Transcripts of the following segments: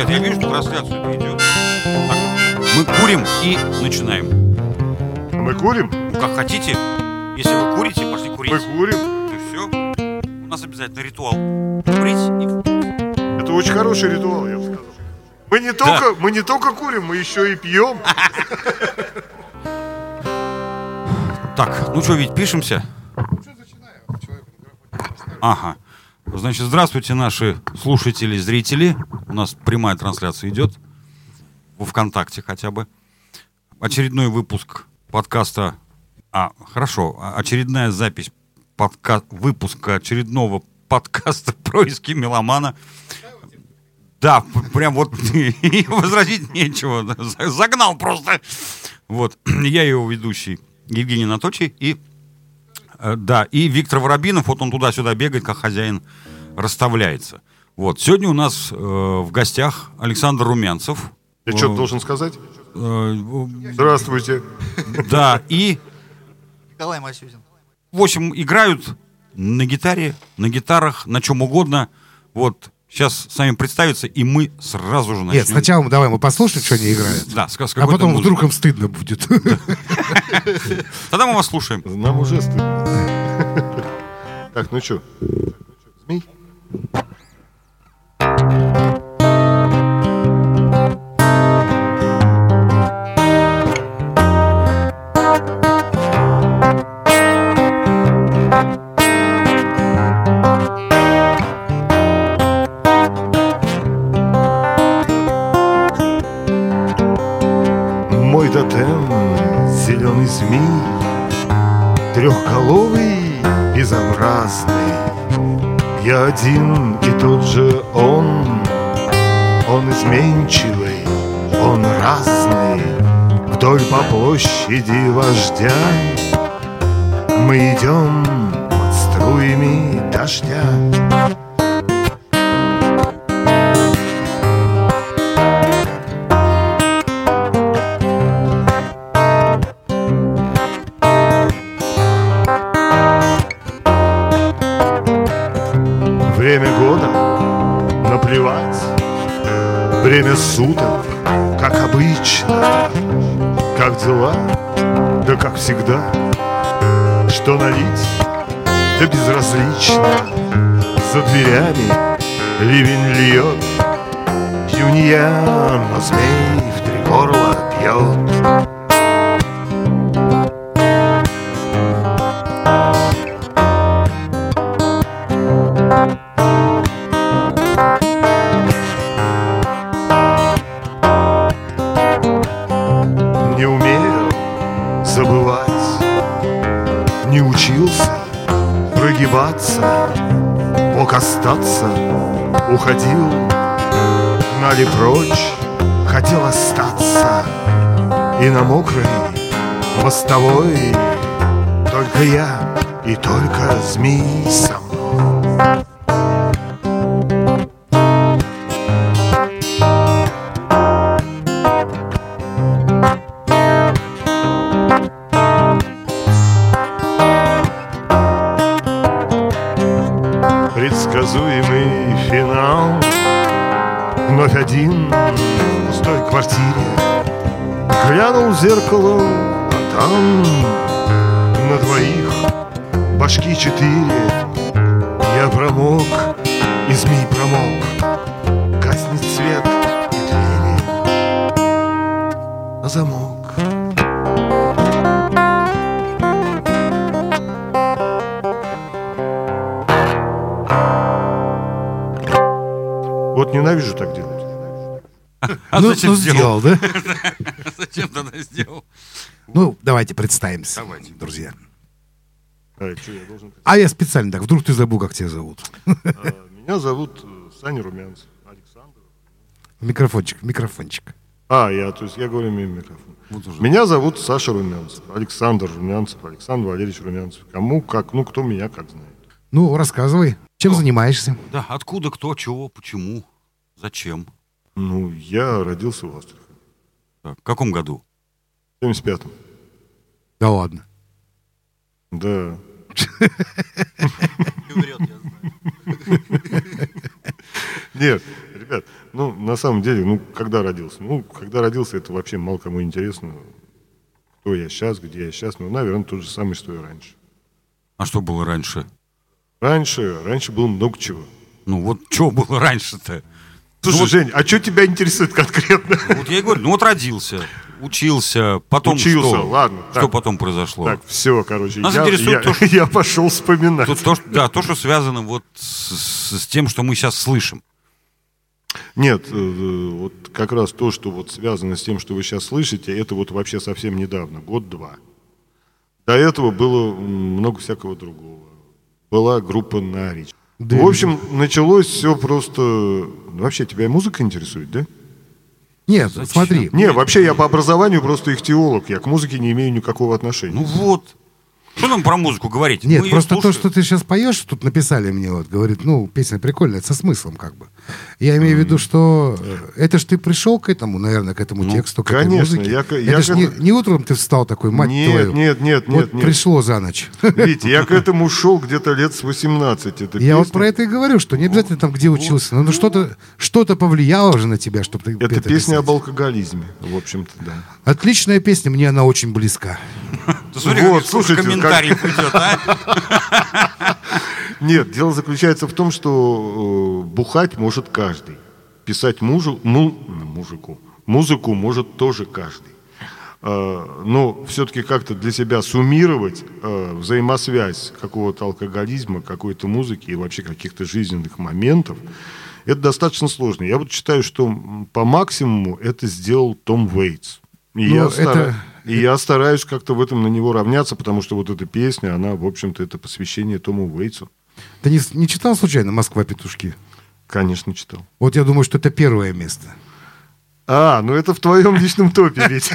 Нет, я вижу, что трансляция идет. Так, мы курим и начинаем. Мы курим? Ну, как хотите. Если вы курите, пошли курить. Мы курим. И все. У нас обязательно ритуал. Курить и... Это очень хороший ритуал, я бы сказал. Мы не только курим, мы еще и пьем. Так, ну что, Вить, пишемся? Ага. Значит, здравствуйте, наши слушатели, зрители. У нас прямая трансляция идет. Во ВКонтакте хотя бы. Очередной выпуск подкаста... Очередная запись выпуска очередного подкаста «Происки меломана». Да, прям вот возразить нечего. Загнал просто. Вот. Я его ведущий Евгений Анатольевич и Виктор Воробинов. Вот он туда-сюда бегает, как хозяин расставляется. Вот. Сегодня у нас в гостях Александр Румянцев. Я что-то должен сказать? Здравствуйте. Да, и... Николай Масюзин. В общем, играют на гитаре, на гитарах, на чем угодно. Вот. Сейчас сами представятся, и мы сразу же начнем. Нет, сначала давай мы послушаем, что они играют. Да, а потом вдруг им стыдно будет. Тогда мы вас слушаем. Нам уже стыдно. Так, ну что, змей? Мой тотем — зеленый змей, трехголовый, безобразный. Я один и тот же он изменчивый, он разный. Вдоль по площади вождя мы идем под струями дождя. Время года наплевать, время суток, как обычно. Как дела? Да как всегда. Что налить? Да безразлично. За дверями ливень льет. Юниян, но змей в три горла пьет. Не умею забывать, не учился прогибаться, мог остаться, уходил, гнали прочь, хотел остаться. И на мокрой мостовой только я и только змей со мной. Предсказуемый финал. Вновь один в пустой квартире. Глянул в зеркало, а там на двоих башки 4. Я промок, и змей промок. Гаснет свет и двери на замок. Вот ненавижу так делать. Зачем сделал, да? Зачем тогда сделал? Ну, давайте представимся, Давайте. друзья. Что я должен... А я специально так, вдруг ты забыл, как тебя зовут. Меня зовут Саня Румянцев. Александр. Микрофончик. То есть я говорю мимо микрофона. Меня зовут Саша Румянцев. Александр Румянцев, Александр Валерьевич Румянцев. Кому как, кто меня как знает. Ну, рассказывай, чем занимаешься? Да, откуда, кто, чего, почему, зачем? Я родился в Астрахани. Так, в каком году? В 75-м. Да ладно. Да. Не врет, я знаю. Нет, ребят, на самом деле, когда родился? Когда родился, это вообще мало кому интересно. Кто я сейчас, где я сейчас. Наверное, тот же самый, что и раньше. А что было раньше? Раньше было много чего. Что было раньше-то? Слушай, Жень, а что тебя интересует конкретно? Вот я и говорю, родился, учился, потом что? Ладно. Что потом произошло? Так, все, короче, Нас интересует я пошел вспоминать. То, что связано с тем, что мы сейчас слышим. Нет, вот как раз то, что вот связано с тем, что вы сейчас слышите, это вот вообще совсем недавно, год-два. До этого было много всякого другого. Была группа «Нарич». Да, в общем, началось все просто... Вообще, тебя музыка интересует, да? Нет, смотри. Не, вообще я по образованию просто их теолог. Я к музыке не имею никакого отношения. Что нам про музыку говорить? Нет, просто то, что ты сейчас поешь, тут написали мне, говорит, песня прикольная, со смыслом как бы. Я имею в виду, что это ж ты пришел к этому, наверное, к этому тексту, к этой конечно, музыке. я Это ж не утром ты встал такой, мать твою. Нет. Пришло за ночь. Видите, я к этому шел где-то лет с 18. Я вот про это и говорю, что не обязательно там, где учился, но что-то повлияло же на тебя, чтобы ты это песня об алкоголизме, в общем-то, да. Отличная песня, мне она очень близка. Слушайте, комментариев идет, а? Нет, дело заключается в том, что бухать может каждый. Писать музыку может тоже каждый. Но все-таки как-то для себя суммировать взаимосвязь какого-то алкоголизма, какой-то музыки и вообще каких-то жизненных моментов, это достаточно сложно. Я вот считаю, что по максимуму это сделал Том Уэйтс. И я стараюсь как-то в этом на него равняться, потому что вот эта песня, она, в общем-то, это посвящение Тому Уэйтсу. Ты не читал случайно «Москва-петушки»? Конечно, читал. Вот я думаю, что это первое место. Это в твоем личном топе ведь.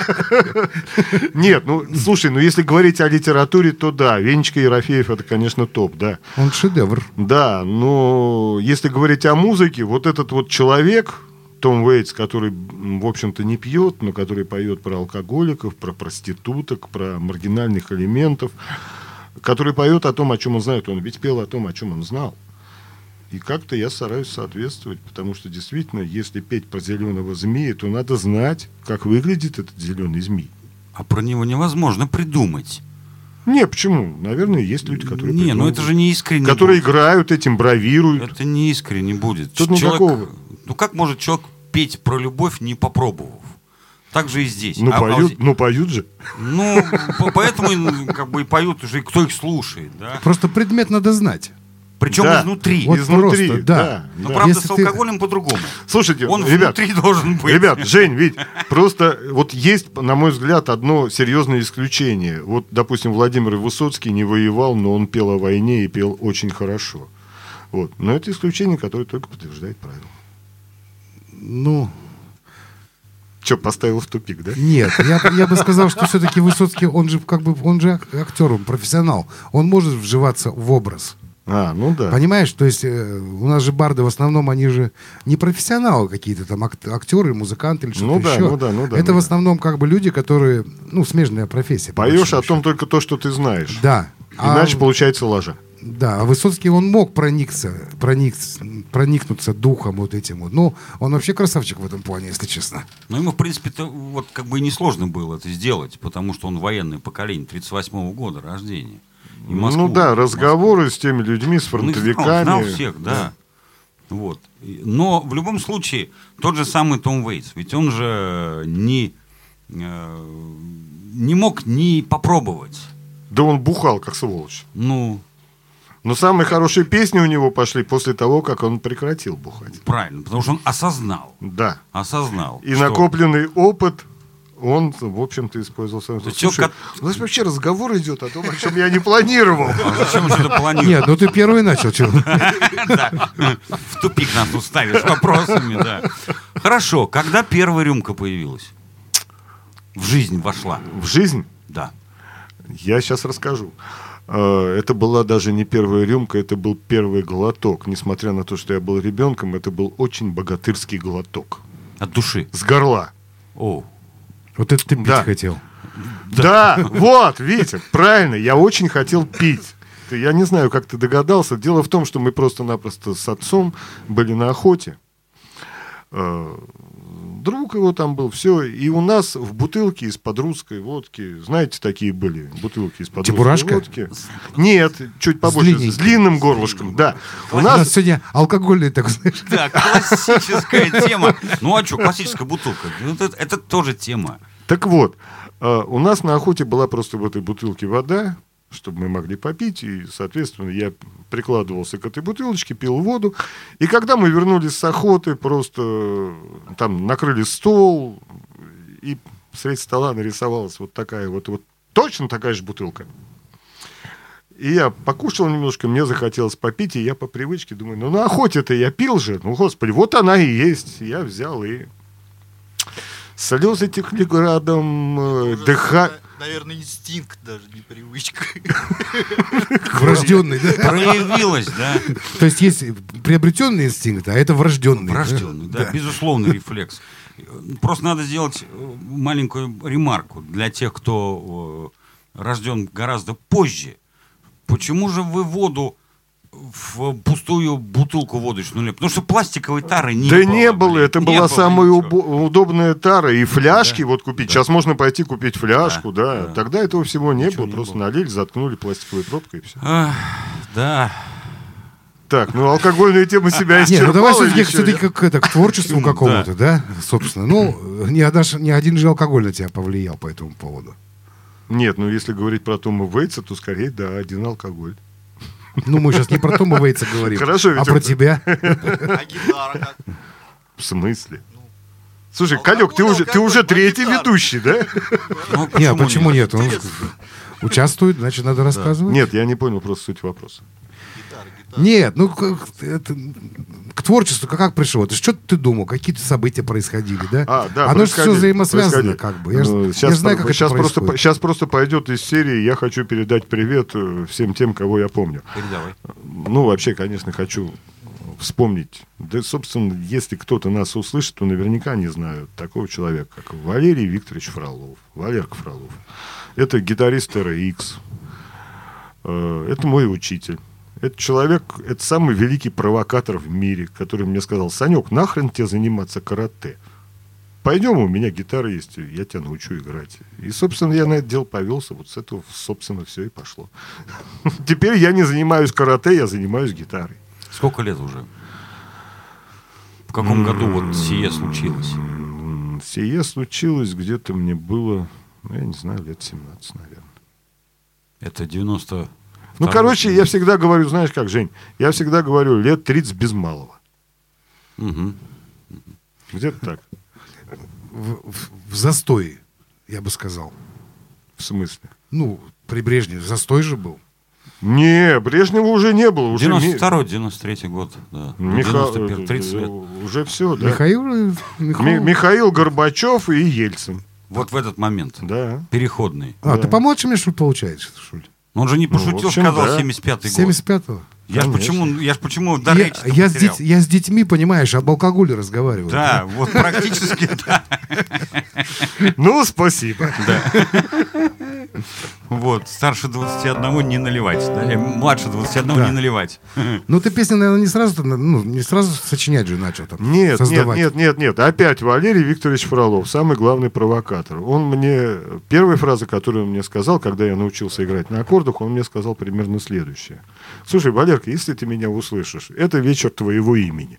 Нет, слушай, если говорить о литературе, то да, Венечка Ерофеев это, конечно, топ, да. Он шедевр. Да, но если говорить о музыке, вот этот вот человек, Том Уэйтс, который, в общем-то, не пьет, но который поет про алкоголиков, про проституток, про маргинальных элементов, который поет о том, о чем он знает. Он ведь пел о том, о чем он знал. И как-то я стараюсь соответствовать, потому что действительно, если петь про зеленого змея, то надо знать, как выглядит этот зеленый змей. А про него невозможно придумать. Не, почему? Наверное, есть люди, которые это же не искренне. Которые играют этим, бравируют. Это не искренне будет. Тут никакого. Как может человек петь про любовь, не попробовав? Так же и здесь. Поют же. Поэтому и поют уже, кто их слушает. Да? Просто предмет надо знать. Причем изнутри. Вот изнутри, просто, да. Но правда с алкоголем по-другому. Слушайте, он внутри должен быть. Ребят, Жень, ведь просто вот есть, на мой взгляд, одно серьезное исключение. Вот, допустим, Владимир Высоцкий не воевал, но он пел о войне и пел очень хорошо. Вот. Но это исключение, которое только подтверждает правило. Что, поставил в тупик, да? Нет, я бы сказал, что все-таки Высоцкий, он же актер, он профессионал. Он может вживаться в образ. Да. Понимаешь, то есть у нас же барды в основном, они же не профессионалы какие-то там, актеры, музыканты или что-то еще. Это в основном как бы люди, которые, смежная профессия. Поешь о том только то, что ты знаешь. Да. Иначе получается ложа. Да, а Высоцкий, он мог проникнуться духом вот этим вот. Он вообще красавчик в этом плане, если честно. Ему, в принципе, и несложно было это сделать, потому что он военное поколение, 38-го года рождения. Разговоры с теми людьми, с фронтовиками. Он знал всех, да. Вот. Но в любом случае, тот же самый Том Уэйтс, ведь он же не мог не попробовать. Да он бухал, как сволочь. Но самые хорошие песни у него пошли после того, как он прекратил бухать. Правильно, потому что он осознал. Да. Осознал. И накопленный опыт он, в общем-то, использовал сам. Слушай, у нас вообще разговор идет о том, о чем я не планировал. Зачем что-то планировать? Нет, ты первый начал. В тупик нас тут ставишь вопросами, да. Хорошо, когда первая рюмка появилась? В жизнь вошла. В жизнь? Да. Я сейчас расскажу. Это была даже не первая рюмка, это был первый глоток. Несмотря на то, что я был ребенком, это был очень богатырский глоток. От души? С горла. О. Вот это ты пить хотел. Да, вот, Витя, правильно, я очень хотел пить. Я не знаю, как ты догадался. Дело в том, что мы просто-напросто с отцом были на охоте. Друг его там был, все. И у нас в бутылке из-под русской водки, знаете, такие были бутылки из-под русской водки. Нет, чуть побольше, с длинным горлышком, да. У нас сегодня алкогольный, так знаешь. Да, классическая тема. Ну а что, классическая бутылка, это тоже тема. Так вот, у нас на охоте была просто в этой бутылке вода, чтобы мы могли попить, и, соответственно, я прикладывался к этой бутылочке, пил воду, и когда мы вернулись с охоты, просто там накрыли стол, и средь стола нарисовалась вот такая вот точно такая же бутылка. И я покушал немножко, мне захотелось попить, и я по привычке думаю, ну на охоте-то я пил же, ну, господи, вот она и есть. Я взял и... Слезы текли градом, дыхание... Наверное, инстинкт даже, не привычка. Врожденный, да? Проявилось, да. То есть есть приобретенный инстинкт, а это врожденный. Врожденный, да, безусловный рефлекс. Просто надо сделать маленькую ремарку для тех, кто рожден гораздо позже. Почему же вы воду в пустую бутылку водочную? Потому что пластиковой тары не было. Да не было, это была самая удобная тара. И фляжки вот купить. Сейчас можно пойти купить фляжку, да. Тогда этого всего не было. Просто налили, заткнули пластиковой пробкой и все. Да. Так, ну алкогольная тема себя исчерпала. Нет, ну давай все-таки к творчеству какому-то, да, собственно. Ну, ни один же алкоголь на тебя повлиял по этому поводу. Нет, ну если говорить про Тома Вейтса, то скорее, да, один алкоголь. Ну, мы сейчас не про Тома Вейтса говорим, а про тебя. А гитара как? В смысле? Слушай, Калек, ты уже третий ведущий, да? Нет, почему нет? Он участвует, значит, надо рассказывать. Нет, я не понял просто суть вопроса. Нет, ну к творчеству как пришло? Что ты думал? Какие-то события происходили, да? Да, оно же все взаимосвязано, как бы. Я знаю, как это происходит. Сейчас просто пойдет из серии «Я хочу передать привет всем тем, кого я помню». Передавай. Ну, вообще, конечно, хочу вспомнить. Да, собственно, если кто-то нас услышит, то наверняка они знают такого человека, как Валерий Викторович Фролов. Валерка Фролов. Это гитарист RX. Это мой учитель. Это человек, это самый великий провокатор в мире, который мне сказал: Санек, нахрен тебе заниматься карате? Пойдем, у меня гитара есть, я тебя научу играть. И, собственно, я на это дело повелся, вот с этого, собственно, все и пошло. Теперь я не занимаюсь карате, я занимаюсь гитарой. Сколько лет уже? В каком году вот сие случилось? Сие случилось где-то мне было, я не знаю, лет 17, наверное. Это 90... Ну, короче, я всегда говорю, знаешь как, Жень, я всегда говорю, лет 30 без малого. Угу. Где-то так. В застое, я бы сказал. В смысле? Ну, при Брежневе застой же был. Не, Брежнева уже не было. Уже 92-й, 93-й год. Да. 30 лет. Уже все, да. Михаил Горбачев и Ельцин. Вот в этот момент. Да. Переходный. А, ты помолчи мне, что ли, получается, что ли? Он же не пошутил, общем, сказал, да. 75-й год. 75-го? Я ж почему до речи я с детьми, понимаешь, об алкоголе разговариваю. Да, вот практически, да. Ну, спасибо. Вот, старше 21 не наливать, младше 21 не наливать. Ну, ты песни, наверное, не сразу сочинять же начал там. Нет. Опять Валерий Викторович Фролов, самый главный провокатор. Он мне, первая фраза, которую он мне сказал, когда я научился играть на аккордах, он мне сказал примерно следующее. Слушай, Валерка, если ты меня услышишь, это вечер твоего имени.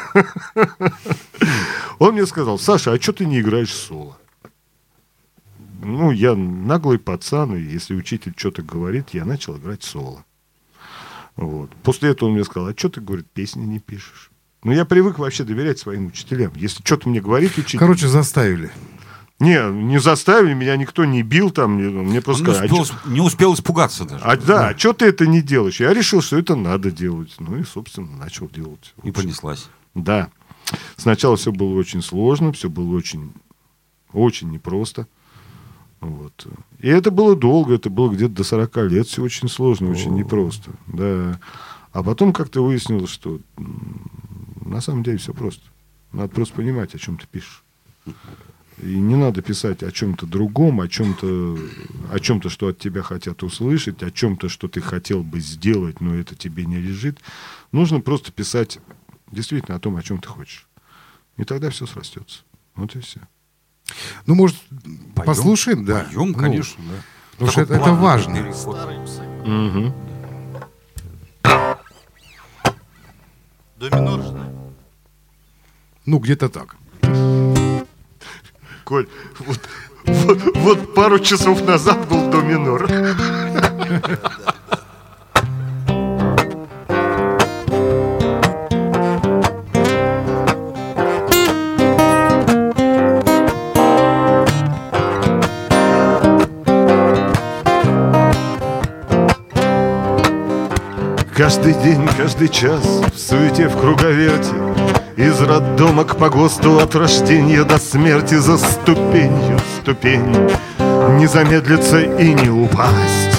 Он мне сказал: Саша, а что ты не играешь соло? Ну, я наглый пацан, и если учитель что-то говорит, я начал играть соло. Вот. После этого он мне сказал: а что ты, говорит, песни не пишешь? Ну, я привык вообще доверять своим учителям. Если что-то мне говорит учитель... Короче, заставили. Не заставили, меня никто не бил там, мне просто сказали... Не успел испугаться даже. А что ты это не делаешь? Я решил, что это надо делать. Ну и, собственно, начал делать. И понеслась. Да. Сначала все было очень сложно, все было очень, очень непросто. Вот. И это было долго, это было где-то до 40 лет, все очень сложно, очень непросто. Да. А потом как-то выяснилось, что на самом деле все просто. Надо просто понимать, о чем ты пишешь. И не надо писать о чем-то другом, о чем-то, что от тебя хотят услышать, о чем-то, что ты хотел бы сделать, но это тебе не лежит. Нужно просто писать действительно о том, о чем ты хочешь. И тогда все срастется. Вот и все. Ну, может, послушаем, да. Поем, конечно, да. Потому что это важно. Угу. До минор же, да? Ну, где-то так. Коль, вот пару часов назад был до минор. Каждый день, каждый час в суете, в круговерте, из роддома к погосту, от рождения до смерти, за ступенью ступень не замедлиться и не упасть.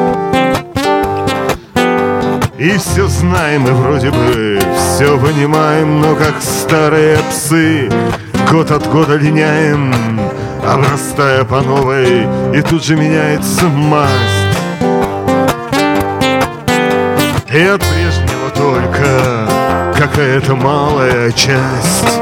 И все знаем, и вроде бы все понимаем, но как старые псы год от года линяем, обрастая по новой, и тут же меняется масть. И от прежнего только какая-то малая часть.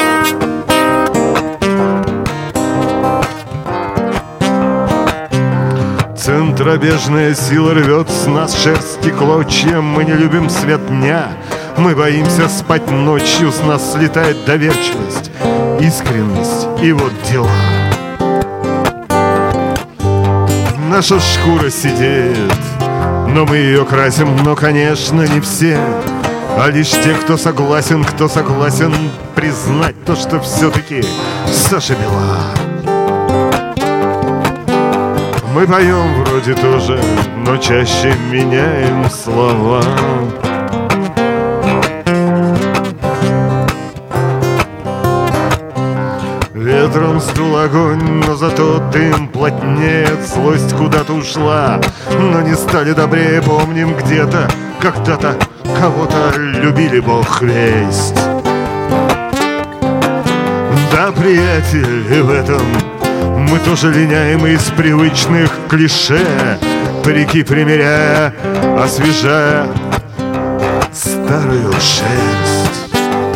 Центробежная сила рвет с нас шерсти клочья. Мы не любим свет дня, мы боимся спать ночью. С нас слетает доверчивость, искренность и вот дела. Наша шкура сидит, но мы ее красим, но, конечно, не все, а лишь те, кто согласен признать то, что все-таки Саша Бела. Мы поем вроде тоже, но чаще меняем слова. Ветром сдул огонь, но зато дым плотнеет, злость куда-то ушла, но не стали добрее. Помним где-то, когда-то кого-то любили, Бог весть. Да, приятель, и в этом мы тоже линяем из привычных клише, парики примеряя, освежая старую шерсть.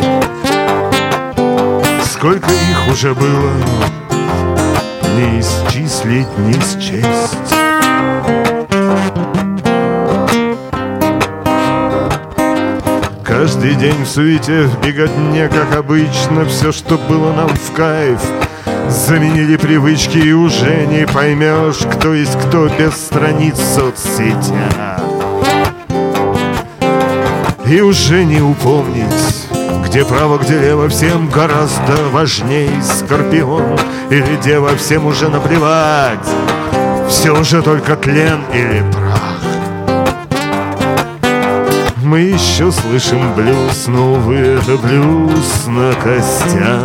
Сколько их уже было, не исчислить, не счесть. Каждый день в суете, в беготне, как обычно, все, что было нам в кайф, заменили привычки, и уже не поймешь, кто есть кто без страниц в соцсетях. И уже не упомнить, где право, где лево, всем гораздо важней скорпион или дева, всем уже наплевать, все уже только тлен или прах. Мы еще слышим блюз, но, увы, это блюз на костях.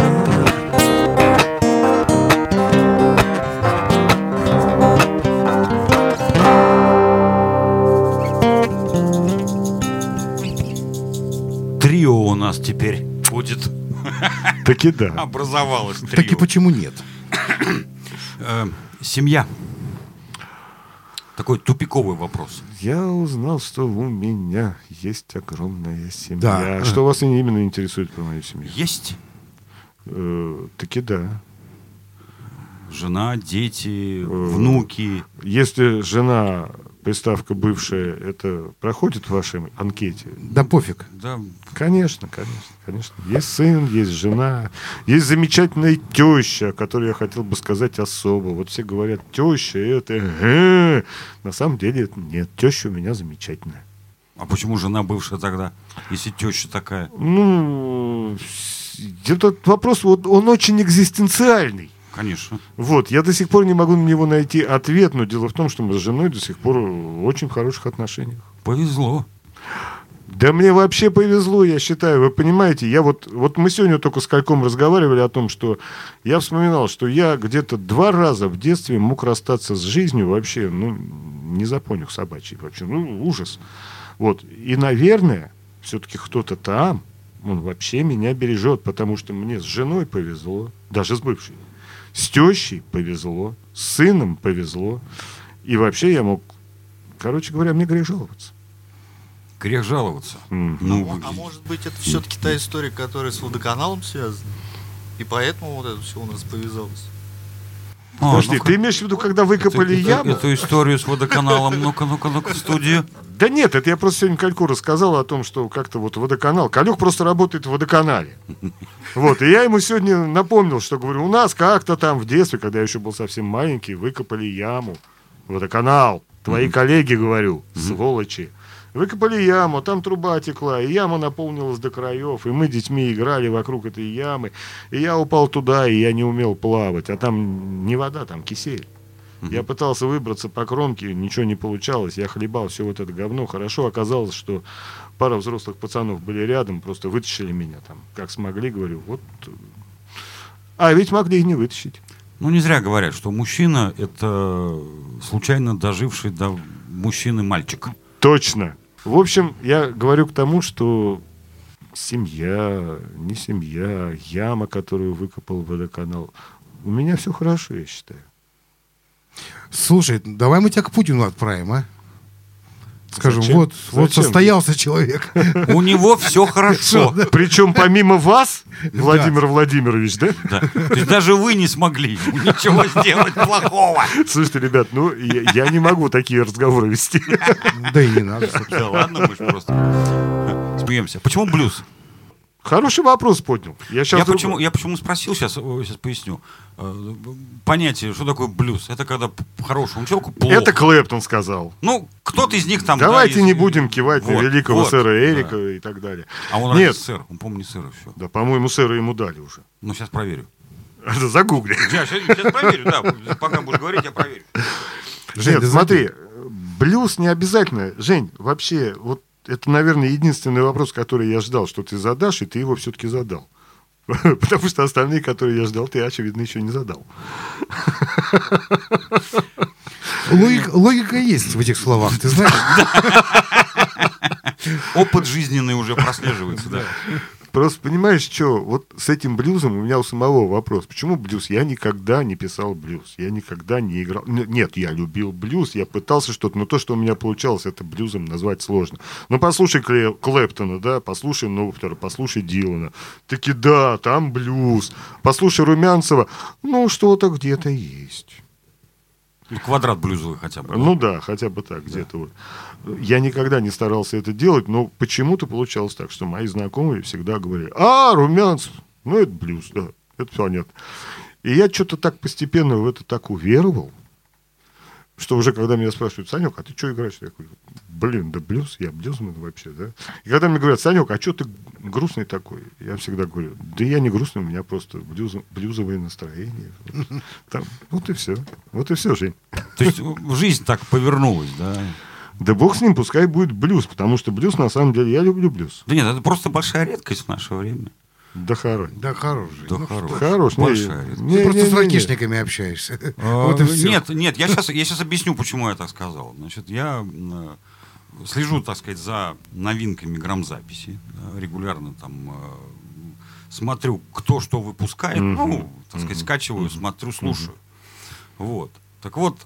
Трио у нас теперь будет. Таки да. Образовалось трио. Так и почему нет? Семья. Такой тупиковый вопрос. Я узнал, что у меня есть огромная семья. Да. Что вас именно интересует про мою семью? Есть Таки да. жена, дети, внуки. Если жена, приставка бывшая, это проходит в вашей анкете? Да пофиг. Да. Конечно. Есть сын, есть жена, есть замечательная теща, о которой я хотел бы сказать особо. Вот все говорят, теща это... На самом деле это нет. Теща у меня замечательная. А почему жена бывшая тогда, если теща такая? Ну, этот вопрос, вот, он очень экзистенциальный. Конечно. Вот, я до сих пор не могу на него найти ответ, но дело в том, что мы с женой до сих пор в очень хороших отношениях. Повезло. Да мне вообще повезло, я считаю, вы понимаете, я вот мы сегодня только с Кальком разговаривали о том, что я вспоминал, что я где-то 2 раза в детстве мог расстаться с жизнью вообще, не за понюх собачий вообще, ужас. Вот, и, наверное, все-таки кто-то там, он вообще меня бережет, потому что мне с женой повезло, даже с бывшей, с тещей повезло, с сыном повезло, и вообще я мог, короче говоря, мне грех жаловаться. Грех жаловаться. А может быть, это все-таки та история, которая с водоканалом связана? И поэтому вот это все у нас повязалось. Подожди, ты имеешь в виду, когда выкопали яму? Эту историю с водоканалом, ну-ка, в студию. Да нет, это я просто сегодня Кальку рассказал о том, что как-то вот водоканал. Калюк просто работает в водоканале. Вот, и я ему сегодня напомнил, что, говорю, у нас как-то там в детстве, когда я еще был совсем маленький, выкопали яму. Водоканал. Твои коллеги, говорю, сволочи. Выкопали яму, там труба текла, и яма наполнилась до краев, и мы детьми играли вокруг этой ямы, и я упал туда, и я не умел плавать, а там не вода, там кисель. Я пытался выбраться по кромке, ничего не получалось, я хлебал все вот это говно. Хорошо оказалось, что пара взрослых пацанов были рядом, просто вытащили меня там, как смогли, говорю, вот. А ведь могли и не вытащить. Ну, не зря говорят, что мужчина — это случайно доживший до мужчины мальчик. Точно. В общем, я говорю к тому, что семья, не семья, яма, которую выкопал водоканал, у меня все хорошо, я считаю. Слушай, давай мы тебя к Путину отправим, а? Скажем, Зачем? вот Зачем? состоялся человек. У него все хорошо. Причем помимо вас, Владимир Владимирович, да? Да. То есть даже вы не смогли ничего сделать плохого. Слушайте, ребят, ну я не могу такие разговоры вести. Да и не надо. Да ладно, мы же просто смеемся. Почему блюз? Хороший вопрос поднял. Я почему спросил, сейчас поясню. Понятие, что такое блюз. Это когда хорошему человеку плохо. Это Клэптон сказал. Ну, кто-то из них там... Давайте не будем кивать на великого сэра Эрика да. и так далее. А он разве сэр? Он, по-моему, не сэра все. Да, по-моему, сэра ему дали уже. Ну, сейчас проверю. Загугли. Сейчас проверю, да. Пока будешь говорить, я проверю. Жень, нет, смотри, блюз не обязательно. Жень, вообще, вот это, наверное, единственный вопрос, который я ждал, что ты задашь, и ты его все-таки задал. Потому что остальные, которые я ждал, ты, очевидно, еще не задал. Логика есть в этих словах, ты знаешь? Опыт жизненный уже прослеживается, да. Просто понимаешь, что вот с этим блюзом у меня у самого вопрос. Почему блюз? Я никогда не писал блюз. Я никогда не играл. Нет, я любил блюз, я пытался что-то, но то, что у меня получалось, это блюзом назвать сложно. Ну, послушай Клэптона, да, послушай Нофлера, послушай Дилана. Таки да, там блюз. Послушай Румянцева. Ну, что-то где-то есть. Ну, квадрат блюзовый хотя бы. Ну да, хотя бы так, где-то вот. Я никогда не старался это делать, но почему-то получалось так, что мои знакомые всегда говорили: Румянцев, ну это блюз, да, это понятно. И я что-то так постепенно в это так уверовал, что уже когда меня спрашивают: Санек, а ты что играешь? Я говорю: блин, да блюз, я блюзмен вообще, да. И когда мне говорят: Санек, а что ты грустный такой? Я всегда говорю: да я не грустный, у меня просто блюзовое настроение. Там, вот и все, Жень. То есть жизнь так повернулась, да? Да бог с ним, пускай будет блюз, потому что блюз, на самом деле, я люблю блюз. Да нет, это просто большая редкость в наше время. Да хорош. Да хорош. Да хорош. Хорош. Большая редкость. Ты просто с ракишниками общаешься. Вот и все. Нет, я сейчас объясню, почему я так сказал. Значит, я слежу, так сказать, за новинками грамзаписи. Регулярно там смотрю, кто что выпускает. Ну, так сказать, скачиваю, смотрю, слушаю. Вот. Так вот,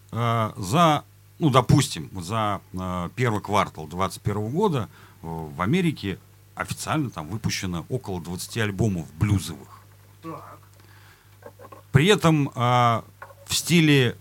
допустим, за первый квартал 2021 года в Америке официально там выпущено около 20 альбомов блюзовых. Так. При этом в стиле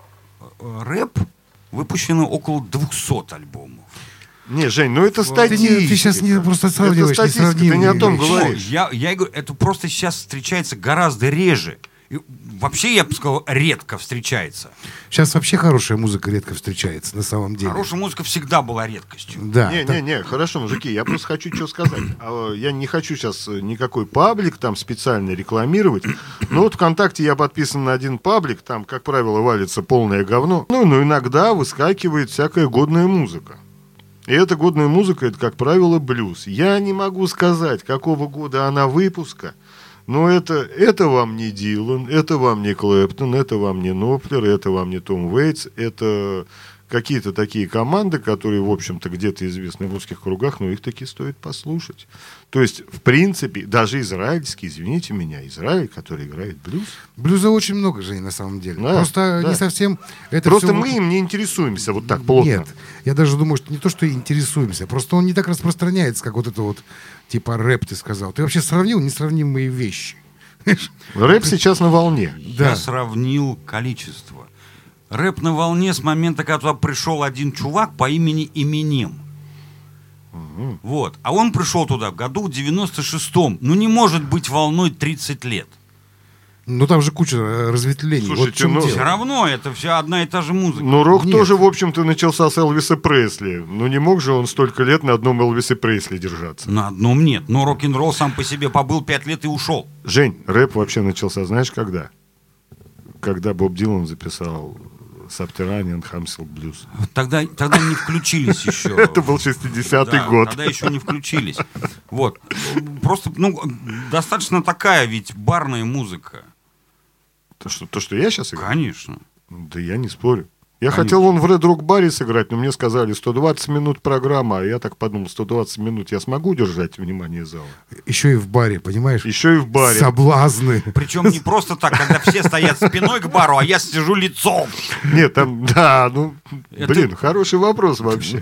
рэп выпущено около 200 альбомов. Не, Жень, ну это статистика. Ты сейчас просто сравниваешь. Это статистика, ты не о том говоришь. Я говорю, это просто сейчас встречается гораздо реже. И вообще, я бы сказал, редко встречается. Сейчас вообще хорошая музыка редко встречается, на самом деле. Хорошая музыка всегда была редкостью. Да. Не, хорошо, мужики, я просто хочу что сказать. Я не хочу сейчас никакой паблик там специально рекламировать. Но вот ВКонтакте я подписан на один паблик, там, как правило, валится полное говно. Но иногда выскакивает всякая годная музыка. И эта годная музыка, это, как правило, блюз. Я не могу сказать, какого года она выпуска. Но это вам не Дилан, это вам не Клэптон, это вам не Нофлер, это вам не Том Уэйтс. Это какие-то такие команды, которые, в общем-то, где-то известны в узких кругах, но их таки стоит послушать. То есть, в принципе, даже израильский, извините меня, Израиль, который играет блюз. Блюза очень много, Жень, на самом деле. Да, просто не совсем... Это просто все... мы им не интересуемся вот так плотно. Нет, я даже думаю, что не то, что интересуемся, просто он не так распространяется, как вот это вот, типа рэп ты сказал. Ты вообще сравнил несравнимые вещи. понимаешь? Рэп сейчас на волне. Я сравнил количество. Рэп на волне с момента, когда туда пришел один чувак по имени Эминем. Вот. А он пришел туда в году в 96-м. Ну, не может быть волной 30 лет. Ну, там же куча разветвлений. Слушайте, вот все равно это все одна и та же музыка. Ну, рок тоже, в общем-то, начался с Элвиса Пресли. Ну, не мог же он столько лет на одном Элвисе Пресли держаться. На одном нет. Но рок-н-ролл сам по себе побыл 5 лет и ушел. Жень, рэп вообще начался, знаешь, когда? Когда Боб Дилан записал Subterranean Hamsel Blues. Тогда не включились еще. Это был 60-й год. Тогда еще не включились. Вот. Просто, достаточно такая ведь барная музыка. То, что я сейчас играю? Конечно. Да я не спорю. Я хотел в Red Rock баре сыграть, но мне сказали 120 минут программа, а я так подумал, 120 минут я смогу удержать внимание зала. Еще и в баре, понимаешь? Еще и в баре. Соблазны. Причем не просто так, когда все стоят спиной к бару, а я сижу лицом. Нет, там, блин, хороший вопрос вообще.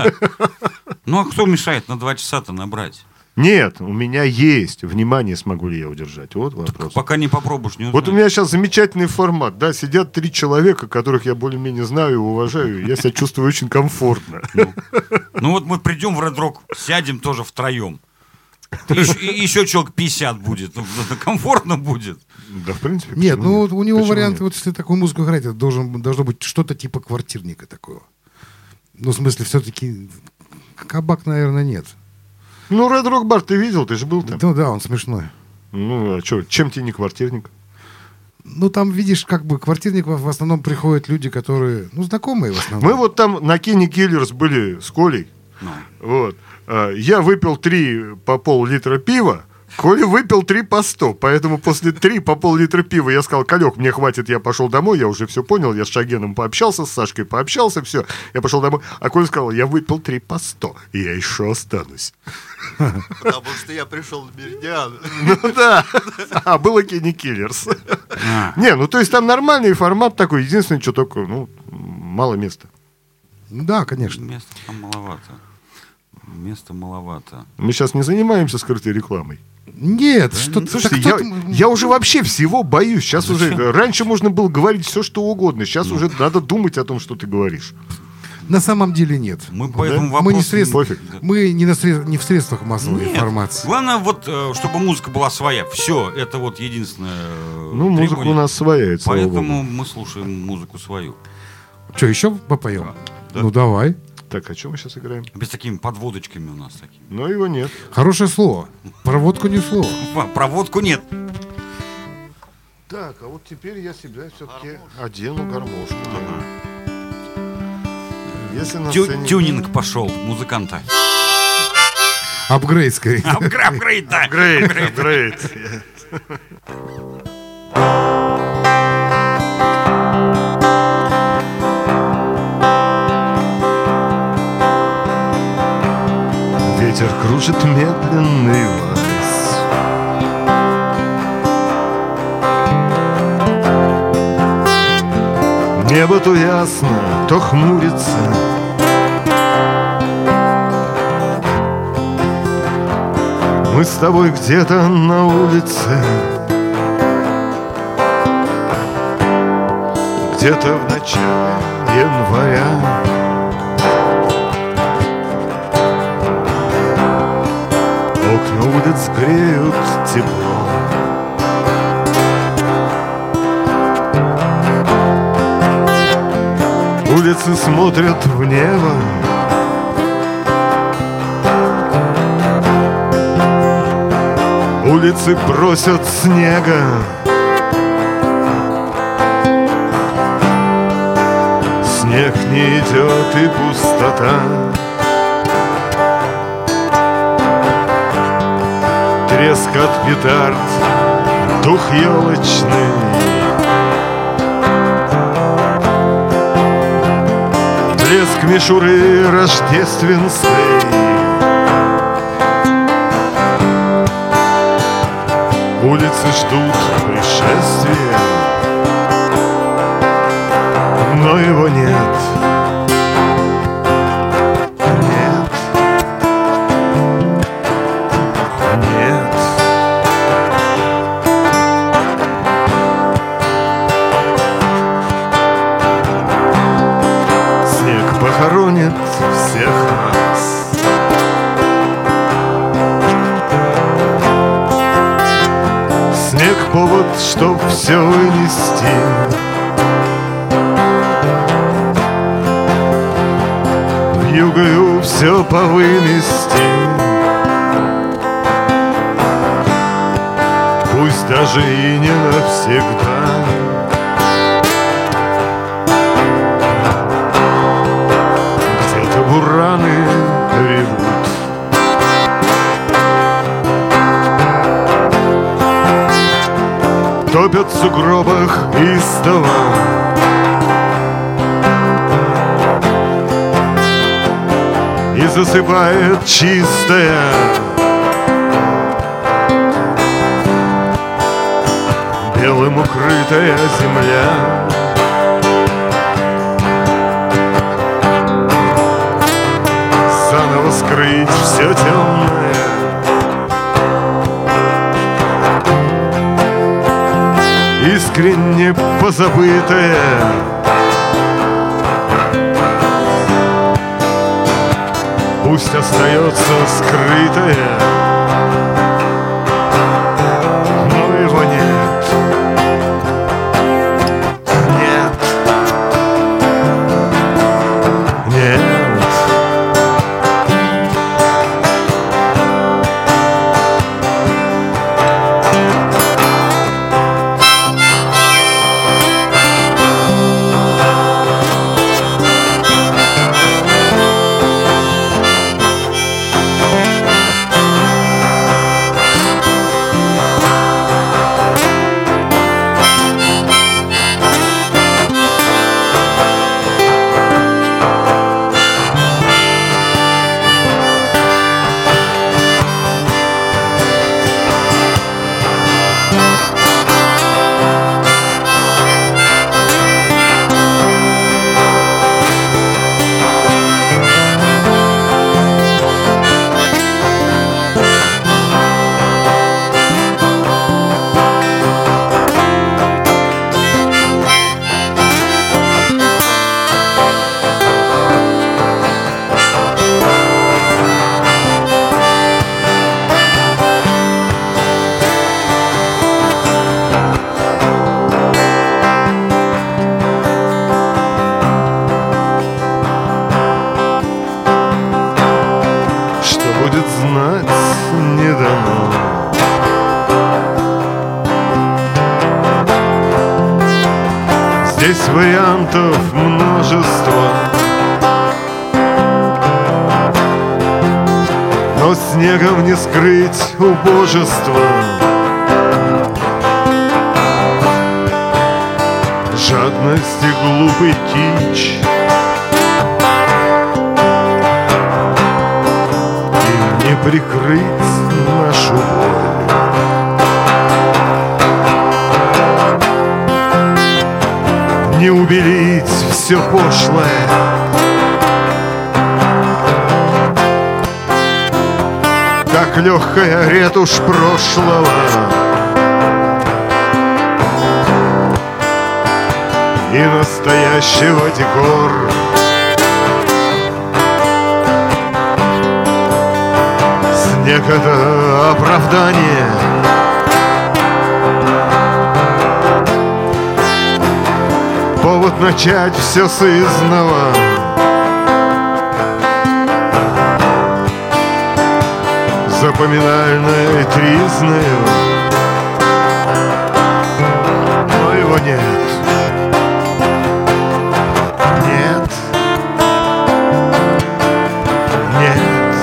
Ну, а кто мешает на 2 часа-то набрать? Нет, у меня есть. Внимание смогу ли я удержать? Вот вопрос. Пока не попробуешь, не узнаешь. Вот у меня сейчас замечательный формат. Да, сидят 3 человека, которых я более-менее знаю и уважаю. Я себя чувствую очень комфортно. Ну вот мы придем в Red Rock, сядем тоже втроем. Еще человек 50 будет. Комфортно будет. Да, в принципе. Нет, у него вариант, вот если такую музыку играть, это должно быть что-то типа квартирника такого. Ну, в смысле, все-таки кабак, наверное, нет. Ну, Red Rock бар ты видел, ты же был там. Ну да, он смешной. Ну, а что, чем тебе не квартирник? Ну, там, видишь, как бы квартирник в основном приходят люди, которые, знакомые в основном. Мы вот там на Kenny Killers были с Колей. Вот. Я выпил 3 по пол-литра пива, Коля выпил 3 по 100, поэтому после 3 по пол-литра пива я сказал: Колек, мне хватит, я пошел домой, я уже все понял, я с Шагеном пообщался, с Сашкой пообщался, все, я пошел домой. А Коля сказал: я выпил 3 по 100, и я еще останусь. Потому что я пришел в Меридиан. Ну да, а было Kenny Killers. Не, ну то есть там нормальный формат такой, единственное, что только, мало места. Да, конечно. Места там маловато. Места маловато. Мы сейчас не занимаемся скрытой рекламой. Нет, что-то... Слушайте, я уже вообще всего боюсь. Сейчас уже... Раньше можно было говорить все, что угодно. Сейчас уже надо думать о том, что ты говоришь. На самом деле нет. Мы по этому вопросу... Мы не в средствах массовой информации. Главное, вот, чтобы музыка была своя. Все, это вот единственное. Ну, музыка у нас своя. Поэтому мы слушаем музыку свою. Что, еще попоем? Да. Ну, давай. Так, о чем мы сейчас играем? Без такими подводочками у нас такими. Но его нет. Хорошее слово. Про водку не слово. Про водку нет. Так, а вот теперь я себя все-таки одену гармошку. Если на сцене... Тюнинг пошел музыканта. Апгрейд, скорее. Апгрейд, да. Апгрейд. Ветер кружит медленный вальс. Небо то ясно, то хмурится. Мы с тобой где-то на улице, где-то в начале января. Окна улиц греют тепло. Улицы смотрят в небо. Улицы просят снега. Снег не идет и пустота. Треск от петард, дух елочный. Блеск мишуры рождественской. Улицы ждут пришествия, но его нет. чтоб все вынести. Вьюгаю все повымести. Пусть даже и не навсегда. Где-то бураны ревут. Топят в сугробах истово. И засыпает чистая белым укрытая земля. Заново скрыть все темное. Искренне позабытое. Пусть остается скрытое. Но его нет. Нет. Нет. Здесь вариантов множество, но снегом не скрыть убожество. Жадность и глупый кич, им не прикрыть нашу боль. Не убелить все пошлое, как легкая ретушь прошлого. И настоящего декор. Снег — это оправдание. Повод начать все с изного. Запоминальное тризное, но его нет. Нет. Нет.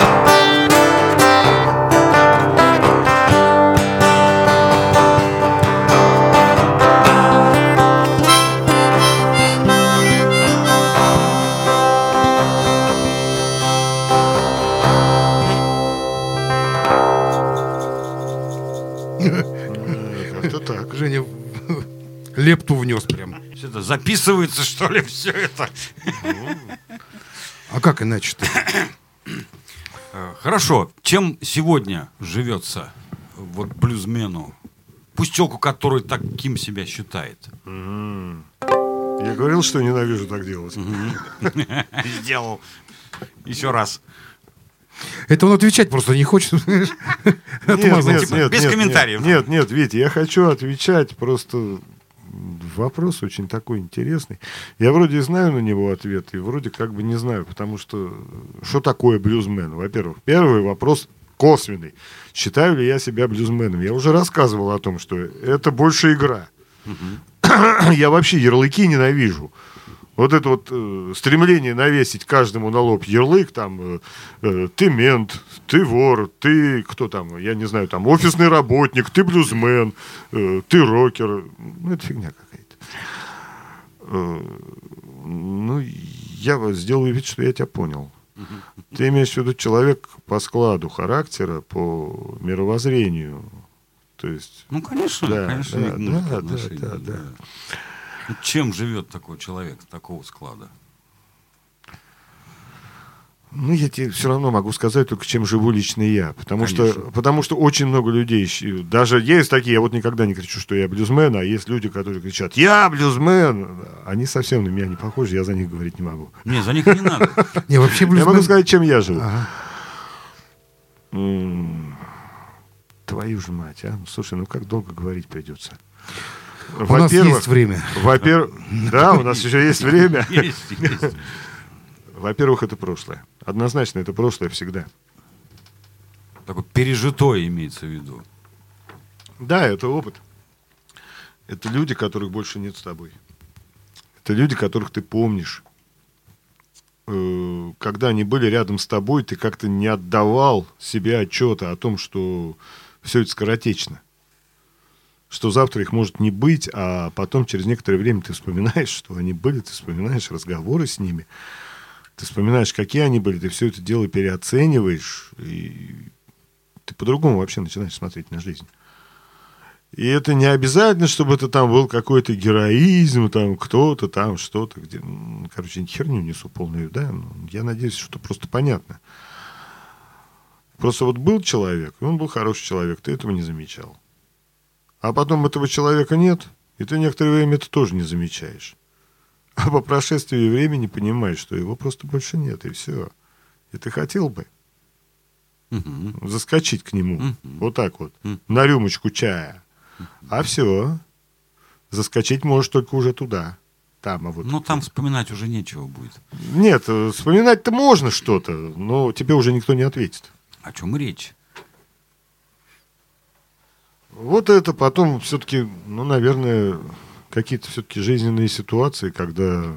Как-то так. Женя лепту внес прям. Все это записывается, что ли, все это? А как иначе-то? Хорошо. Чем сегодня живется вот блюзмену, пустяку, который таким себя считает? Я говорил, что ненавижу так делать. Сделал. Еще раз. Это он отвечать просто не хочет. Нет, без комментариев. Нет, Витя, я хочу отвечать, просто вопрос очень такой интересный. Я вроде знаю на него ответ, и вроде как бы не знаю, потому что такое блюзмен? Во-первых, первый вопрос косвенный. Считаю ли я себя блюзменом? Я уже рассказывал о том, что это больше игра. Я вообще ярлыки ненавижу. Вот это вот стремление навесить каждому на лоб ярлык, там, ты мент, ты вор, ты кто там, я не знаю, там, офисный работник, ты блюзмен, ты рокер. Ну, это фигня какая-то. Ну, я сделаю вид, что я тебя понял. Ты имеешь в виду человек по складу характера, по мировоззрению. То есть... Ну, конечно, да. Чем живет такой человек такого склада? Ну, я тебе все равно могу сказать только, чем живу лично я. Потому что очень много людей, даже есть такие, я вот никогда не кричу, что я блюзмен, а есть люди, которые кричат, я блюзмен. Они совсем на меня не похожи, я за них говорить не могу. Не, за них не надо. Я могу сказать, чем я живу. Твою же мать, а? Слушай, ну как долго говорить придется? У нас есть время. Во-первых, да, у нас еще есть время. Есть. Во-первых, это прошлое. Однозначно, это прошлое всегда. Такое пережитое имеется в виду. Да, это опыт. Это люди, которых больше нет с тобой. Это люди, которых ты помнишь. Когда они были рядом с тобой, ты как-то не отдавал себе отчета о том, что все это скоротечно. Что завтра их может не быть, а потом через некоторое время ты вспоминаешь, что они были, ты вспоминаешь разговоры с ними, ты вспоминаешь, какие они были, ты все это дело переоцениваешь, и ты по-другому вообще начинаешь смотреть на жизнь. И это не обязательно, чтобы это там был какой-то героизм, там кто-то там что-то, где, короче, херню несу полную, да, я надеюсь, что просто понятно. Просто вот был человек, и он был хороший человек, ты этого не замечал. А потом этого человека нет, и ты некоторое время это тоже не замечаешь. А по прошествии времени понимаешь, что его просто больше нет, и все. И ты хотел бы заскочить к нему вот так вот, на рюмочку чая. А все. Заскочить можешь только уже туда. Там, а вот ну, там вспоминать уже нечего будет. Нет, вспоминать-то можно что-то, но тебе уже никто не ответит. О чем речь? Вот это потом все-таки, ну, наверное, какие-то все-таки жизненные ситуации, когда...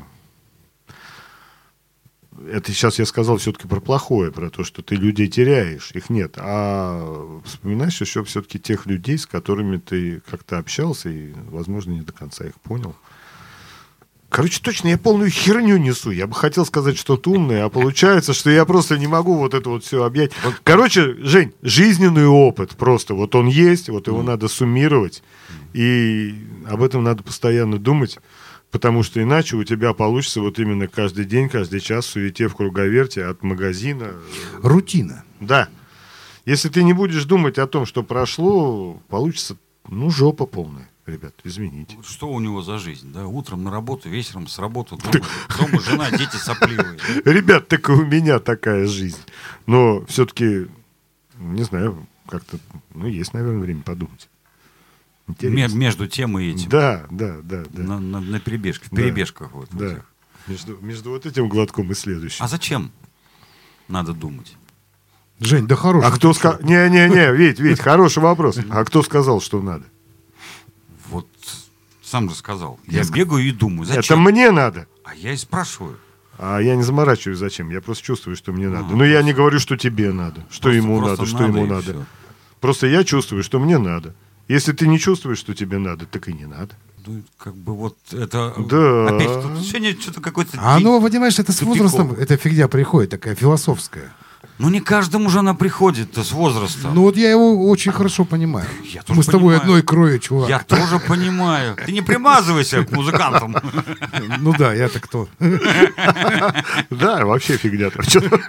Это сейчас я сказал все-таки про плохое, про то, что ты людей теряешь, их нет. А вспоминаешь еще все-таки тех людей, с которыми ты как-то общался и, возможно, не до конца их понял. Короче, точно, я полную херню несу. Я бы хотел сказать что-то умное, а получается, что я просто не могу вот это вот все объять. Короче, Жень, жизненный опыт просто. Вот он есть, вот его надо суммировать. И об этом надо постоянно думать, потому что иначе у тебя получится вот именно каждый день, каждый час в суете, в круговерте от магазина. Рутина. Да. Если ты не будешь думать о том, что прошло, получится, ну, жопа полная. Ребят, извините. Что у него за жизнь? Да? Утром на работу, вечером с работы, дома жена, дети сопливые. Ребят, так и у меня такая жизнь. Но все-таки, не знаю, как-то, ну, есть, наверное, время подумать. Между тем и этим. Да. На перебежках, в перебежках. Вот, да. Между вот этим глотком и следующим. А зачем надо думать? Жень, да хороший. А кто сказал... Не, Вить, хороший вопрос. А кто сказал, что надо? Вот сам же сказал. Я бегаю и думаю, зачем? Это мне надо. А я и спрашиваю. А я не заморачиваюсь, зачем. Я просто чувствую, что мне надо. Но я не говорю, что тебе надо. Что ему надо, что ему надо. Просто я чувствую, что мне надо. Если ты не чувствуешь, что тебе надо, так и не надо. Ну, как бы вот это... Да. Опять тут сегодня что-то какое-то... А оно, понимаешь, это с возрастом, эта фигня приходит, такая философская. Ну, не каждому же она приходит-то с возрастом. Ну, вот я его очень хорошо понимаю. Мы с тобой одной крови, чувак. Я тоже понимаю. Ты не примазывайся к музыкантам. Ну да, я-то кто? Да, вообще фигня там.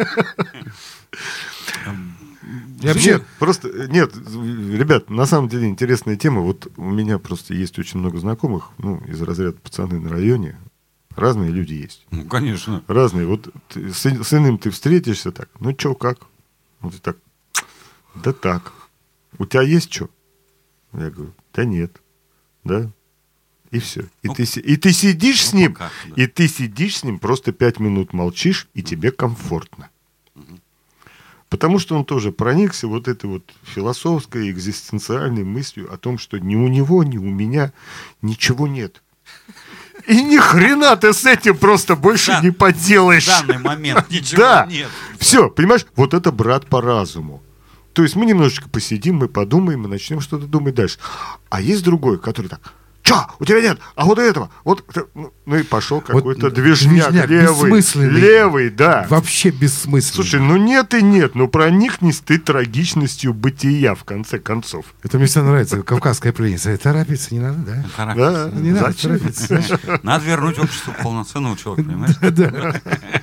Вообще, просто, нет, ребят, на самом деле интересная тема. Вот у меня просто есть очень много знакомых, ну, из разряда пацаны на районе. Разные люди есть. Ну, конечно. Разные. Вот с иным ты встретишься так, ну, чё, как? Он так, да так. У тебя есть что? Я говорю, да нет. Да? И все. И ты сидишь с ним, и ты сидишь с ним, просто 5 минут молчишь, и тебе комфортно. Потому что он тоже проникся вот этой вот философской, экзистенциальной мыслью о том, что ни у него, ни у меня ничего нет. И ни хрена ты с этим просто больше не поделаешь. В данный момент ничего нет. Все, понимаешь, вот это брат по разуму. То есть мы немножечко посидим, мы подумаем, мы начнем что-то думать дальше. А есть другой, который так: чё, у тебя нет, а вот этого, вот, ну и пошел какой-то вот движняк левый, да. Вообще бессмысленный. Слушай, ну нет и нет, ну проникнись ты трагичностью бытия, в конце концов. Это мне всегда нравится, кавказская пленница. Торопиться не надо, да? Да, не надо торопиться. Надо вернуть обществу полноценного человека, понимаешь? Да.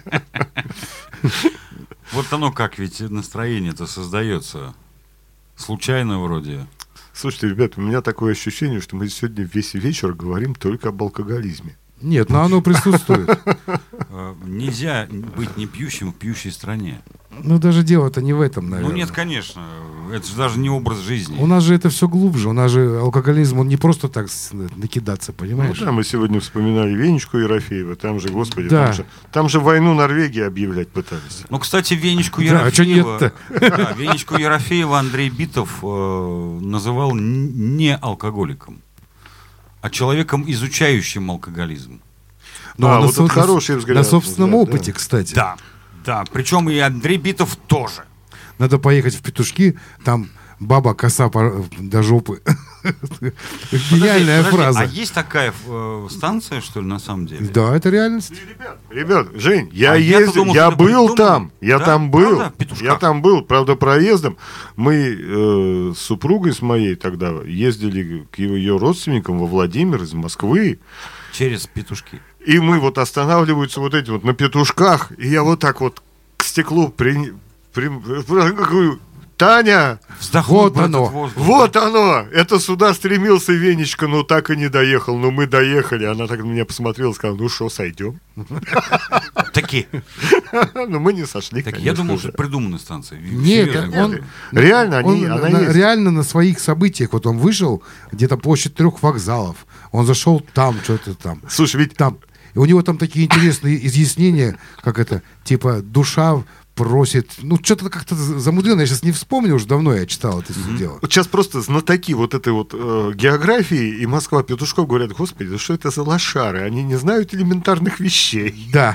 Вот оно как, ведь настроение-то создается случайно вроде. Слушайте, ребята, у меня такое ощущение, что мы сегодня весь вечер говорим только об алкоголизме. Нет, но оно присутствует. Нельзя быть не пьющим в пьющей стране. Ну, даже дело-то не в этом, наверное. Ну, нет, конечно. Это же даже не образ жизни. У нас же это все глубже. У нас же алкоголизм, он не просто так накидаться, понимаешь? Ну, да, мы сегодня вспоминали Венечку Ерофеева. Там же, господи, да. там же войну Норвегии объявлять пытались. Ну, кстати, Венечку Ерофеева... Венечку Ерофеева Андрей Битов называл не алкоголиком, а человеком, изучающим алкоголизм. Ну, вот это хороший взгляд. На собственном опыте, кстати. Да. Да, причем и Андрей Битов тоже. Надо поехать в Петушки, там баба коса до жопы. Гениальная фраза. А есть такая станция, что ли, на самом деле? Да, это реальность. Ребят, Жень, я был там. Я там был. Я там был, правда, проездом. Мы с супругой с моей тогда ездили к ее родственникам во Владимир из Москвы. Через Петушки. И мы вот останавливаются вот эти вот на Петушках, и я вот так вот к стеклу говорю: Таня, вот оно, вот оно, это сюда стремился Венечка, но так и не доехал, но мы доехали. Она так на меня посмотрела и сказала: ну что, сойдем? Таки. Но мы не сошли, конечно. Я думал, что придуманы станции. Нет, он реально на своих событиях, вот он вышел, где-то площадь 3 вокзалов, он зашел там, что-то там. Слушай, ведь там. И у него там такие интересные изъяснения, как это, типа, душа просит, ну, что-то как-то замудрено, я сейчас не вспомню, уже давно я читал это все дело. Вот сейчас просто знатоки вот этой вот географии и Москва Петушков говорят: господи, да что это за лошары, они не знают элементарных вещей. Да.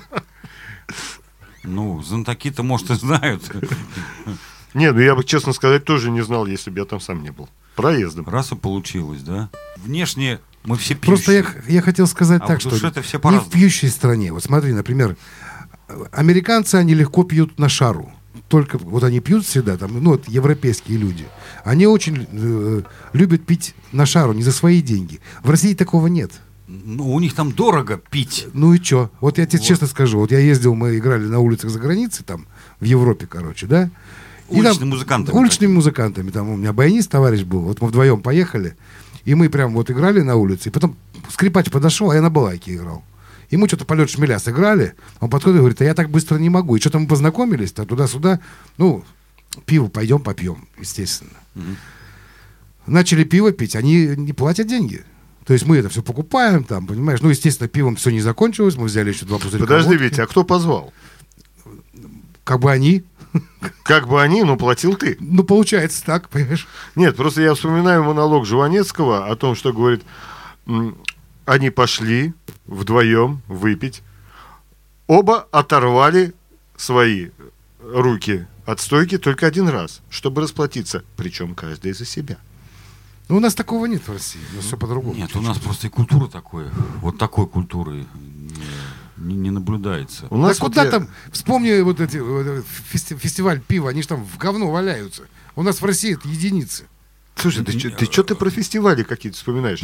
Ну, знатоки-то, может, и знают. Нет, ну я бы, честно сказать, тоже не знал, если бы я там сам не был. Проездом. Раз и получилось, да? Внешне мы все пьющие. Просто я хотел сказать так, что не в пьющей стране. Вот смотри, например, американцы, они легко пьют на шару. Только вот они пьют всегда, там, ну, вот европейские люди. Они очень любят пить на шару, не за свои деньги. В России такого нет. Ну, у них там дорого пить. Ну и что? Вот я тебе честно скажу, вот я ездил, мы играли на улицах за границей, там, в Европе, короче, да? Уличными музыкантами. Уличными музыкантами. Там у меня баянист товарищ был, вот мы вдвоем поехали, и мы прям вот играли на улице, и потом скрипач подошел, а я на балалайке играл. И мы что-то «Полет шмеля» сыграли, он подходит и говорит: а я так быстро не могу. И что-то мы познакомились-то туда-сюда, ну, пиво пойдем попьем, естественно. Начали пиво пить, они не платят деньги. То есть мы это все покупаем, там, понимаешь, ну, естественно, пивом все не закончилось, мы взяли еще 2 пузырька. Подожди, Витя, а кто позвал? Как бы они. Как бы они, но платил ты. Ну, получается так, понимаешь. Нет, просто я вспоминаю монолог Жванецкого о том, что говорит: они пошли вдвоем выпить, оба оторвали свои руки от стойки только один раз, чтобы расплатиться, причем каждый за себя. Ну, у нас такого нет в России, у нас все по-другому. Нет, у нас просто и культура такой, вот такой культуры не наблюдается. У нас куда там, вспомни вот эти фестиваль пива, они же там в говно валяются. У нас в России это единицы. Слушай, ты что ты про фестивали какие-то вспоминаешь?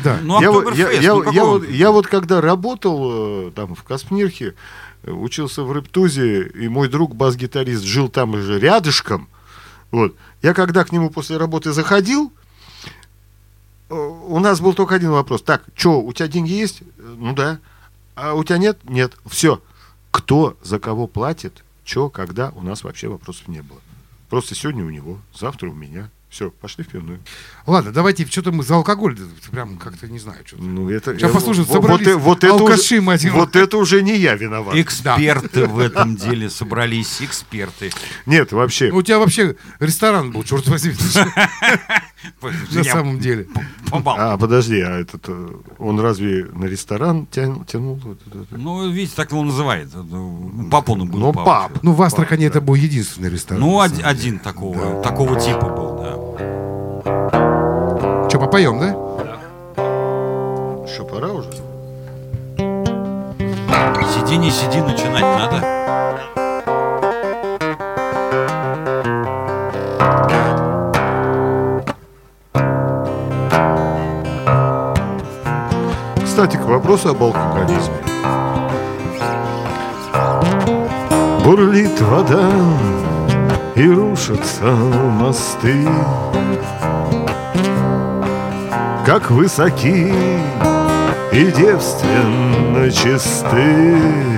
Я вот когда работал там в Каспнирхе, учился в Рыбтузе, и мой друг бас-гитарист жил там же рядышком. Вот. Я когда к нему после работы заходил, у нас был только один вопрос: так, что, у тебя деньги есть? Ну да. А у тебя нет? Нет. Все. Кто за кого платит, что, когда, у нас вообще вопросов не было. Просто сегодня у него, завтра у меня. Все, пошли в пивную. Ладно, давайте, что-то мы за алкоголь, прям как-то не знаю, что-то. Ну, это, Сейчас послушать, вот, собрались алкаши, мать его. вот это уже не я виноват. Эксперты в этом деле собрались, эксперты. Нет, вообще. У тебя вообще ресторан был, черт возьми. На самом деле. Подожди, а этот, он разве на ресторан тянул? Ну, видите, так его называют. Папа он был. Ну, пап. Ну, в Астрахани это был единственный ресторан. Ну, один такого типа был, да. Что, попоем, да? Что, пора уже? Сиди, не сиди, начинать надо. Кстати, к вопросу об алкоголизме. Бурлит вода и рушатся мосты. Как высоки и девственно чисты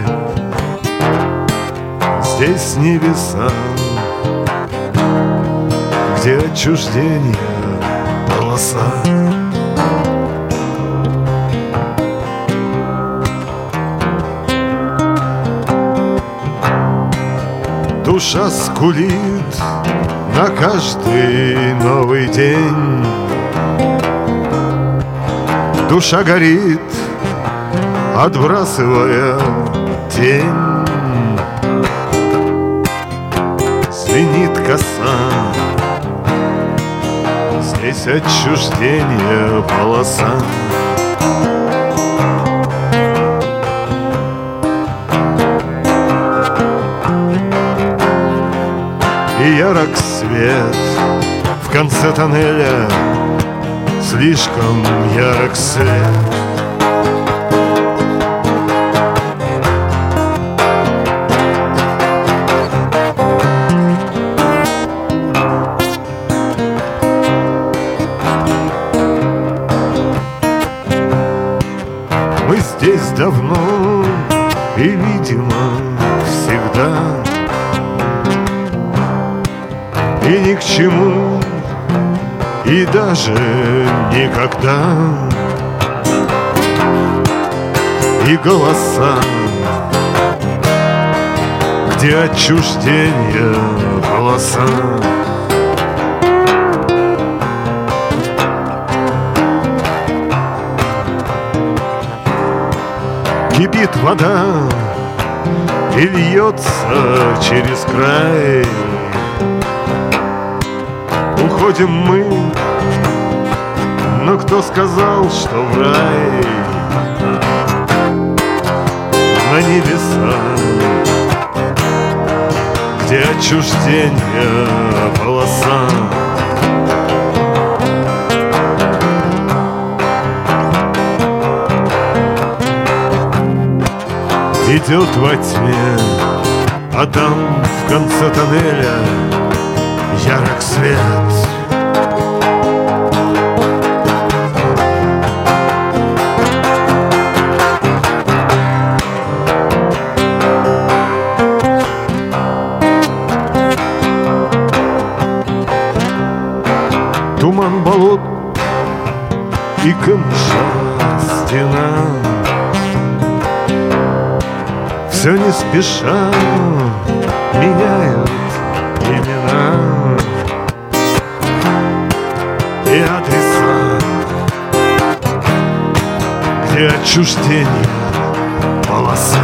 здесь небеса, где отчуждение полоса. Душа скулит на каждый новый день. Душа горит, отбрасывая тень. Звенит коса, здесь отчуждение полоса. И ярок свет в конце тоннеля, слишком ярок свет. Мы здесь давно и, видимо, всегда. И ни к чему, и даже никогда. И голоса, где отчуждение полоса. Кипит вода и льется через край. Уходим мы, но кто сказал, что в рай? На небеса, где отчуждение полоса. Идет во тьме, а там в конце тоннеля ярок свет. Туман болот и камыша стена. Все не спеша меняют имена и адреса, где отчуждение полоса.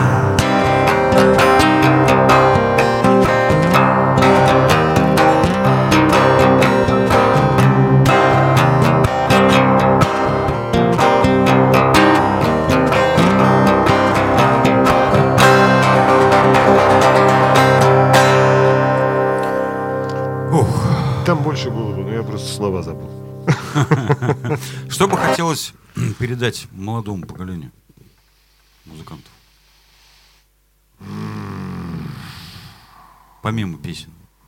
Там больше было бы, но я просто слова забыл. Что бы хотелось передать молодому поколению музыкантов? Помимо песен.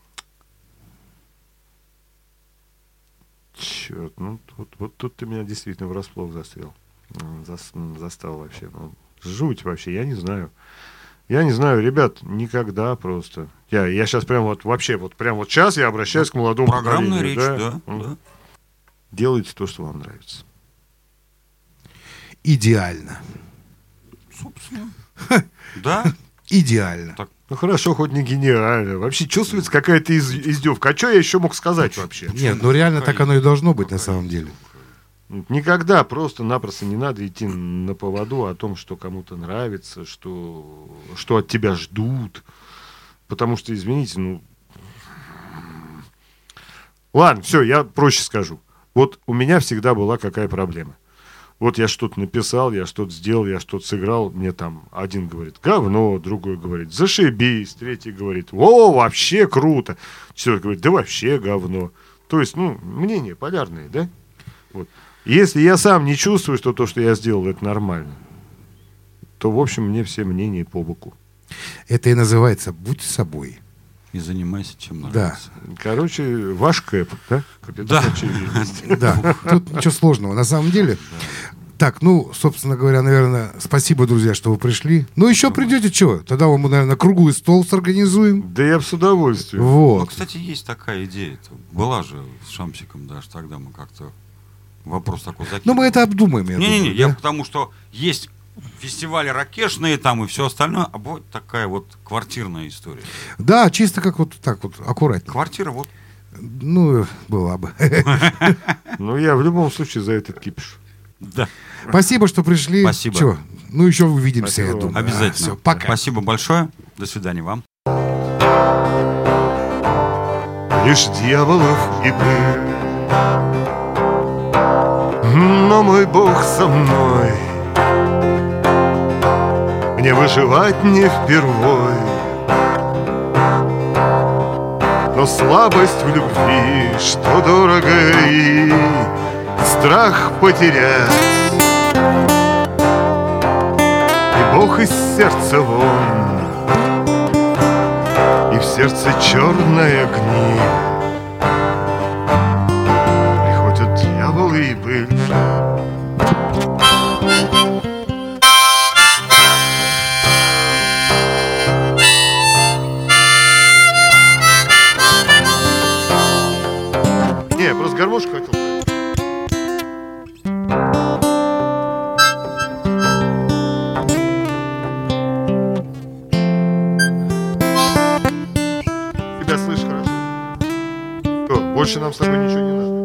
Черт, ну вот тут ты меня действительно врасплох застал вообще. Ну, жуть вообще, я не знаю. Я не знаю, ребят, никогда просто. Я сейчас прям вот вообще, вот прям вот сейчас я обращаюсь к молодому Программная речь, поколению. да. Делайте то, что вам нравится. Идеально. Собственно. Да. Идеально. Так. Ну хорошо, хоть не гениально. Вообще чувствуется какая-то издевка. А что я еще мог сказать вообще? Нет, ну реально так оно и должно быть на самом деле. Никогда просто-напросто не надо идти на поводу о том, что кому-то нравится, что от тебя ждут. Потому что, извините, ну... Ладно, все, я проще скажу. Вот у меня всегда была какая проблема. Вот я что-то написал, я что-то сделал, я что-то сыграл. Мне там один говорит говно, другой говорит зашибись, третий говорит о, вообще круто. Четвертый говорит да вообще говно. То есть, ну, мнения полярные, да? Вот. Если я сам не чувствую, что то, что я сделал, это нормально, то, в общем, мне все мнения по боку. Это и называется «Будь собой». И занимайся чем Да. нравится. Короче, ваш Кэп, да? Капитан Да. очевидности. Да, тут ничего сложного. На самом деле. Так, ну, собственно говоря, наверное, спасибо, друзья, что вы пришли. Ну, еще придете, что? Тогда мы, наверное, круглый стол сорганизуем. Да я бы с удовольствием. Ну, Вот. кстати, есть такая идея. Была же с Шамсиком даже тогда мы как-то вопрос такой закинули. Ну, мы это обдумаем, я Не-не-не, думаю, я да? потому что есть фестивали ракешные там и все остальное, а будет такая вот квартирная история. Да, чисто как вот так вот, аккуратнее. Квартира вот. Ну, была бы. Ну, я в любом случае за этот кипиш. Да. Спасибо, что пришли. Спасибо. Чё? Ну, еще увидимся, Спасибо я вам. думаю. Обязательно. Все, пока. Спасибо большое. До свидания вам. Лишь дьяволов и пыль, но мой Бог со мной. Мне выживать не впервой, но слабость в любви, что дорого, и страх потерять. И Бог из сердца вон, и в сердце черные огни. Приходят дьяволы и пыль. Не, я просто гармошку хотел. Тебя слышишь хорошо? Что, больше нам с тобой ничего не надо?